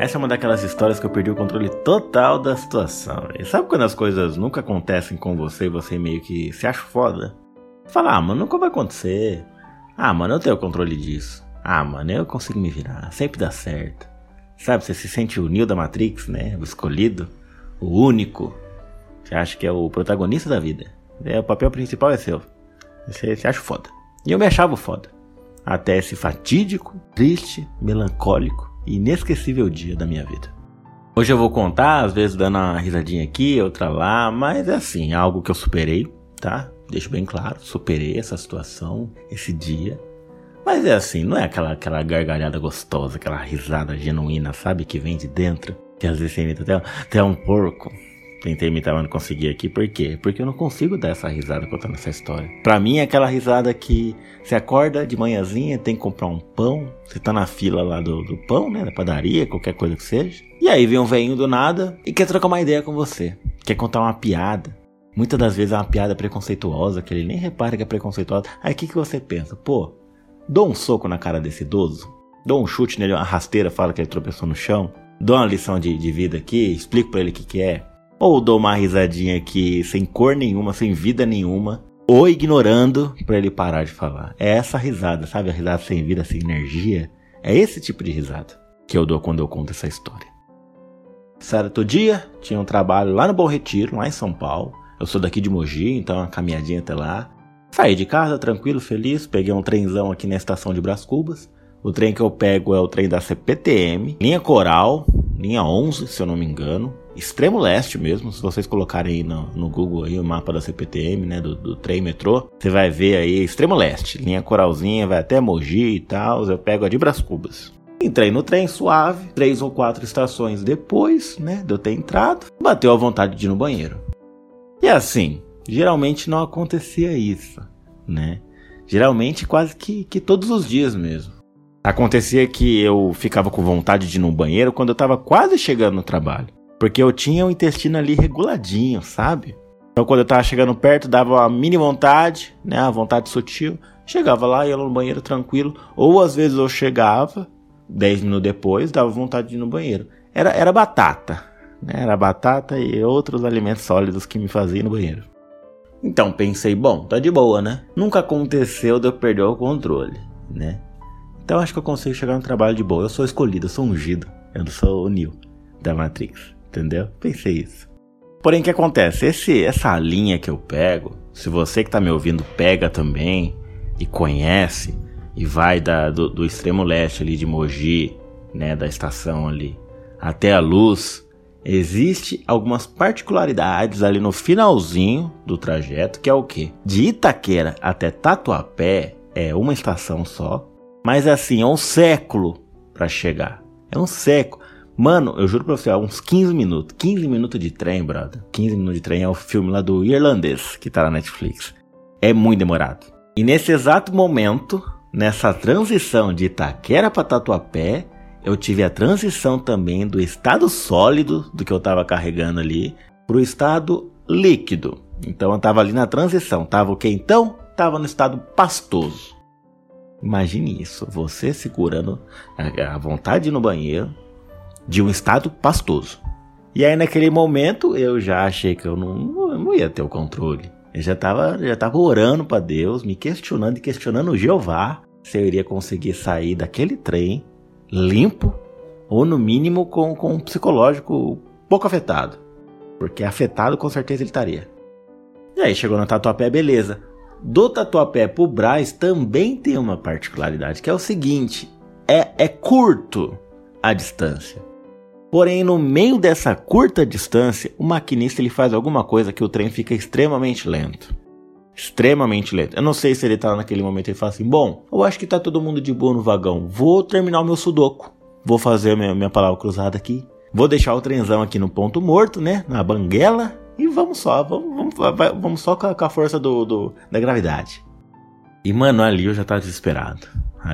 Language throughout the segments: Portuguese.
Essa é uma daquelas histórias que eu perdi o controle total da situação. E sabe quando as coisas nunca acontecem com você e você meio que se acha foda? Fala, mano, nunca vai acontecer. Mano, eu tenho o controle disso. Mano, eu consigo me virar, sempre dá certo. Sabe, você se sente o Neo da Matrix, né? O escolhido, o único. Você acha que é o protagonista da vida. O papel principal é seu. Você se acha foda. E eu me achava foda. Até esse fatídico, triste, melancólico e inesquecível dia da minha vida. Hoje eu vou contar, às vezes dando uma risadinha aqui, outra lá, mas é assim, algo que eu superei, tá? Deixo bem claro, superei essa situação, esse dia. Mas é assim, não é aquela gargalhada gostosa, aquela risada genuína, sabe? Que vem de dentro, que às vezes você imita até um porco. Tentei imitar, mas não consegui aqui. Por quê? Porque eu não consigo dar essa risada contando essa história. Pra mim é aquela risada que você acorda de manhãzinha, tem que comprar um pão. Você tá na fila lá do pão, né? Da padaria, qualquer coisa que seja. E aí vem um velhinho do nada e quer trocar uma ideia com você. Quer contar uma piada. Muitas das vezes é uma piada preconceituosa, que ele nem repara que é preconceituosa. Aí o que você pensa? Pô, dou um soco na cara desse idoso? Dou um chute nele, uma rasteira, fala que ele tropeçou no chão? Dou uma lição de vida aqui, explico pra ele o que é? Ou dou uma risadinha aqui sem cor nenhuma, sem vida nenhuma, ou ignorando pra ele parar de falar? É essa risada, sabe? A risada sem vida, sem energia. É esse tipo de risada que eu dou quando eu conto essa história. Certo dia, tinha um trabalho lá no Bom Retiro, lá em São Paulo. Eu sou daqui de Mogi, então uma caminhadinha até lá. Saí de casa, tranquilo, feliz. Peguei um trenzão aqui na estação de Brás Cubas. O trem que eu pego é o trem da CPTM, linha Coral, linha 11, se eu não me engano. Extremo leste mesmo, se vocês colocarem aí no Google aí o mapa da CPTM, né, do trem metrô, você vai ver aí extremo leste, linha Coralzinha, vai até Mogi e tal. Eu pego a de Brás Cubas. Entrei no trem suave, 3 ou 4 estações depois, né, de eu ter entrado, bateu a vontade de ir no banheiro. E assim, geralmente não acontecia isso, né? Geralmente quase que todos os dias mesmo. Acontecia que eu ficava com vontade de ir no banheiro quando eu tava quase chegando no trabalho. Porque eu tinha o intestino ali reguladinho, sabe? Então quando eu tava chegando perto, dava uma mini vontade, né? A vontade sutil. Chegava lá, ia no banheiro tranquilo. Ou às vezes eu chegava, 10 minutos depois, dava vontade de ir no banheiro. Era batata, né? Era batata e outros alimentos sólidos que me faziam ir no banheiro. Então pensei, bom, tá de boa, né? Nunca aconteceu de eu perder o controle, né? Então acho que eu consigo chegar no trabalho de boa. Eu sou escolhido, eu sou ungido. Eu não sou o Neo da Matrix, entendeu? Pensei isso. Porém, o que acontece? Essa linha que eu pego, se você que tá me ouvindo pega também e conhece e vai do extremo leste ali de Mogi, né, da estação ali, até a Luz, existe algumas particularidades ali no finalzinho do trajeto, que é o quê? De Itaquera até Tatuapé é uma estação só, mas assim, é um século pra chegar. É um século. Mano, eu juro pra você, uns 15 minutos. 15 minutos de trem, brother. 15 minutos de trem é o filme lá do Irlandês, que tá na Netflix. É muito demorado. E nesse exato momento, nessa transição de Itaquera pra Tatuapé, eu tive a transição também do estado sólido, do que eu tava carregando ali, pro estado líquido. Então eu tava ali na transição. Tava o quê então? Tava no estado pastoso. Imagine isso, você segurando a vontade de ir no banheiro de um estado pastoso. E aí naquele momento eu já achei que eu não ia ter o controle. Eu já tava orando pra Deus, me questionando e questionando o Jeová se eu iria conseguir sair daquele trem limpo ou no mínimo com um psicológico pouco afetado. Porque afetado com certeza ele estaria. E aí chegou no Tatuapé, beleza. Do Tatuapé pro Brás também tem uma particularidade, que é o seguinte, é curto a distância. Porém, no meio dessa curta distância, o maquinista ele faz alguma coisa que o trem fica extremamente lento. Extremamente lento. Eu não sei se ele tá naquele momento e fala assim, bom, eu acho que tá todo mundo de boa no vagão, vou terminar o meu sudoku, vou fazer minha palavra cruzada aqui, vou deixar o trenzão aqui no ponto morto, né, na banguela, e vamos só com a força da gravidade. E mano, ali eu já tava desesperado.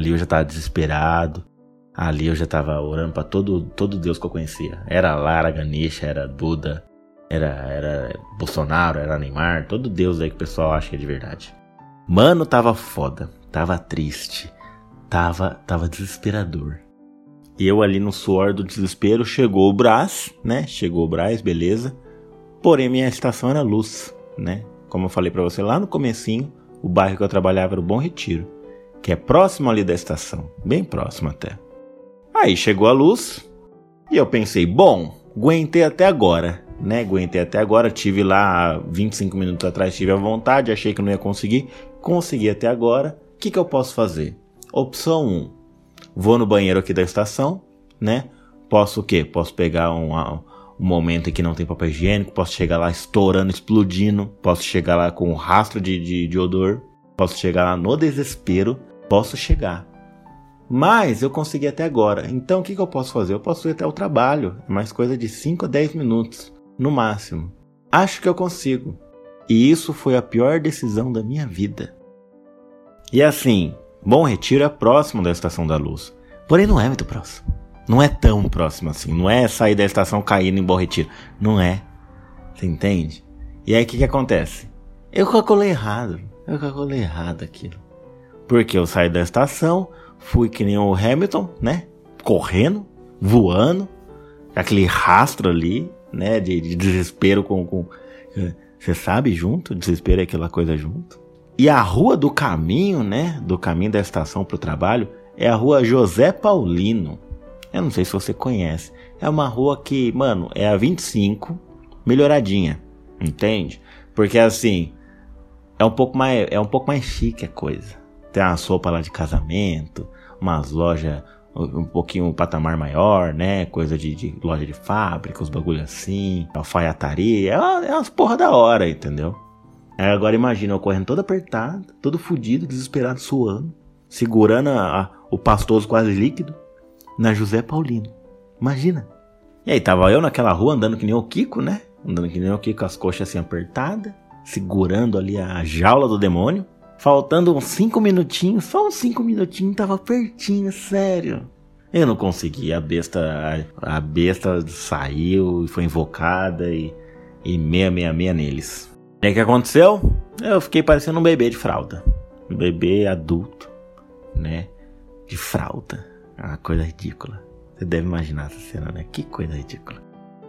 Ali eu já tava orando pra todo Deus que eu conhecia. Era Lara, Ganesha, era Buda, era Bolsonaro, era Neymar, todo Deus aí que o pessoal acha que é de verdade. Mano, tava foda, tava triste, tava desesperador. E eu ali no suor do desespero, chegou o Brás, né? Chegou o Brás, beleza. Porém, minha estação era Luz, né? Como eu falei pra você lá no comecinho, o bairro que eu trabalhava era o Bom Retiro, que é próximo ali da estação, bem próximo até. Aí chegou a Luz e eu pensei, bom, aguentei até agora, né? Aguentei até agora, tive lá 25 minutos atrás, tive a vontade, achei que não ia conseguir, consegui até agora. O que eu posso fazer? Opção 1, vou no banheiro aqui da estação, né? Posso o quê? Posso pegar um momento em que não tem papel higiênico, posso chegar lá estourando, explodindo, posso chegar lá com um rastro de odor, posso chegar lá no desespero, posso chegar. Mas eu consegui até agora, então o que eu posso fazer? Eu posso ir até o trabalho, mais coisa de 5 a 10 minutos, no máximo. Acho que eu consigo. E isso foi a pior decisão da minha vida. E assim, Bom Retiro é próximo da Estação da Luz, porém não é muito próximo. Não é tão próximo assim, não é sair da estação caindo em Bom Retiro, não é, você entende? E aí o que acontece? Eu calculei errado aquilo. Porque eu saí da estação, fui que nem o Hamilton, né, correndo, voando, aquele rastro ali, né, de desespero com você sabe, junto, desespero é aquela coisa junto. E a rua do caminho, né, do caminho da estação pro trabalho, é a rua José Paulino. Eu não sei se você conhece. É uma rua que, mano, é a 25 melhoradinha, entende? Porque assim, é um pouco mais chique a coisa. Tem uma sopa lá de casamento, umas lojas um pouquinho, um patamar maior, né? Coisa de loja de fábrica, os bagulho assim, alfaiataria, é umas porra da hora, entendeu? Aí agora imagina eu correndo todo apertado, todo fudido, desesperado, suando, segurando o pastoso quase líquido na José Paulino. Imagina. E aí tava eu naquela rua andando que nem o Kiko, né? Andando que nem o Kiko, as coxas assim apertadas, segurando ali a jaula do demônio. Faltando uns 5 minutinhos, só uns 5 minutinhos, tava pertinho, sério. Eu não consegui, a besta saiu e foi invocada e 666 neles. E aí o que aconteceu? Eu fiquei parecendo um bebê de fralda. Um bebê adulto, né? De fralda. Uma coisa ridícula. Você deve imaginar essa cena, né? Que coisa ridícula.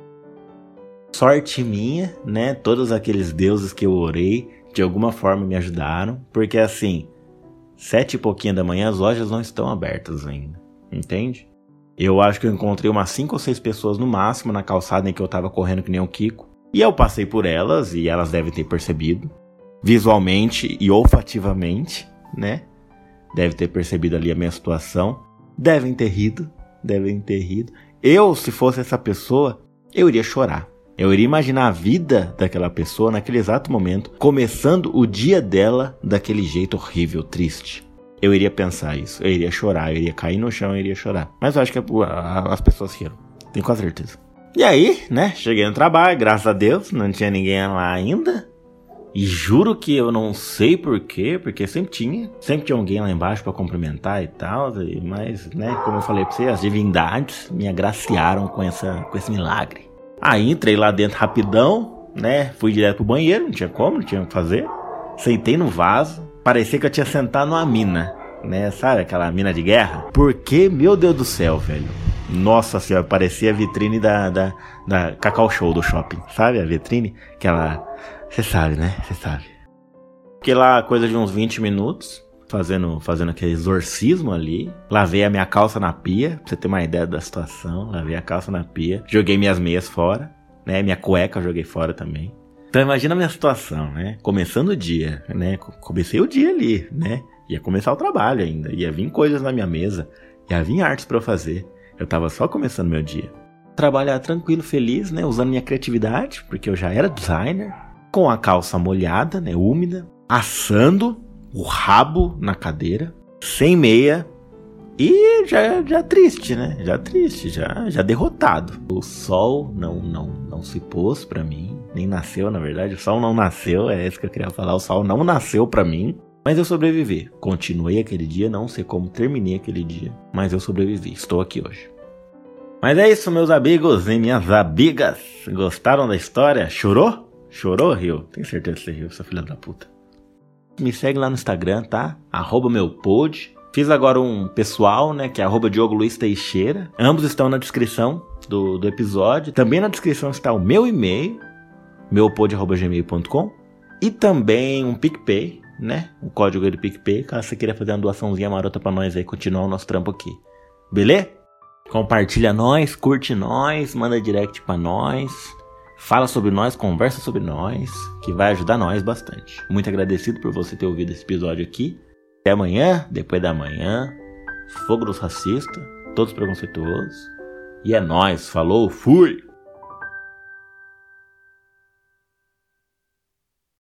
Sorte minha, né? Todos aqueles deuses que eu orei, de alguma forma me ajudaram. Porque assim, 7 e pouquinho da manhã, as lojas não estão abertas ainda. Entende? Eu acho que eu encontrei umas 5 ou 6 pessoas no máximo na calçada em que eu tava correndo que nem um Kiko. E eu passei por elas e elas devem ter percebido. Visualmente e olfativamente, né? Deve ter percebido ali a minha situação. Devem ter rido. Eu, se fosse essa pessoa, eu iria chorar. Eu iria imaginar a vida daquela pessoa naquele exato momento, começando o dia dela daquele jeito horrível, triste. Eu iria pensar isso, eu iria chorar, eu iria cair no chão, eu iria chorar. Mas eu acho que as pessoas riram, tenho quase certeza. E aí, né, cheguei no trabalho, graças a Deus, não tinha ninguém lá ainda. E juro que eu não sei porquê, porque sempre tinha alguém lá embaixo pra cumprimentar e tal, mas, né, como eu falei pra você, as divindades me agraciaram com esse milagre. Aí entrei lá dentro rapidão, né, fui direto pro banheiro, não tinha como, não tinha o que fazer. Sentei no vaso, parecia que eu tinha sentado numa mina, né, sabe aquela mina de guerra? Porque, meu Deus do céu, velho, nossa senhora, parecia a vitrine da Cacau Show do shopping, sabe a vitrine? Aquela... Você sabe, né? Você sabe. Fiquei lá coisa de uns 20 minutos, fazendo aquele exorcismo ali. Lavei a minha calça na pia, pra você ter uma ideia da situação. Lavei a calça na pia. Joguei minhas meias fora, né? Minha cueca eu joguei fora também. Então imagina a minha situação, né? Começando o dia, né? Comecei o dia ali, né? Ia começar o trabalho ainda. Ia vir coisas na minha mesa. Ia vir artes pra eu fazer. Eu tava só começando meu dia. Trabalhar tranquilo, feliz, né? Usando minha criatividade, porque eu já era designer. Com a calça molhada, né, úmida, assando o rabo na cadeira, sem meia e já triste, né? Já derrotado. O sol não se pôs pra mim, nem nasceu, na verdade. O sol não nasceu, é isso que eu queria falar. O sol não nasceu pra mim, mas eu sobrevivi. Continuei aquele dia, não sei como terminei aquele dia, mas eu sobrevivi. Estou aqui hoje. Mas é isso, meus amigos e minhas amigas. Gostaram da história? Chorou? Chorou, riu? Tenho certeza que você riu, sua filha da puta. Me segue lá no Instagram, tá? @meupod. Fiz agora um pessoal, né, que é @DiogoLuizTeixeira. Ambos estão na descrição do episódio. Também na descrição está o meu e-mail, meupod@gmail.com. E também um PicPay, né, um código aí do PicPay, caso você queira fazer uma doaçãozinha marota pra nós aí, continuar o nosso trampo aqui. Beleza? Compartilha nós, curte nós, manda direct pra nós. Fala sobre nós, conversa sobre nós, que vai ajudar nós bastante. Muito agradecido por você ter ouvido esse episódio aqui. Até amanhã, depois da manhã. Fogo dos racistas, todos preconceituosos. E é nóis, falou, fui!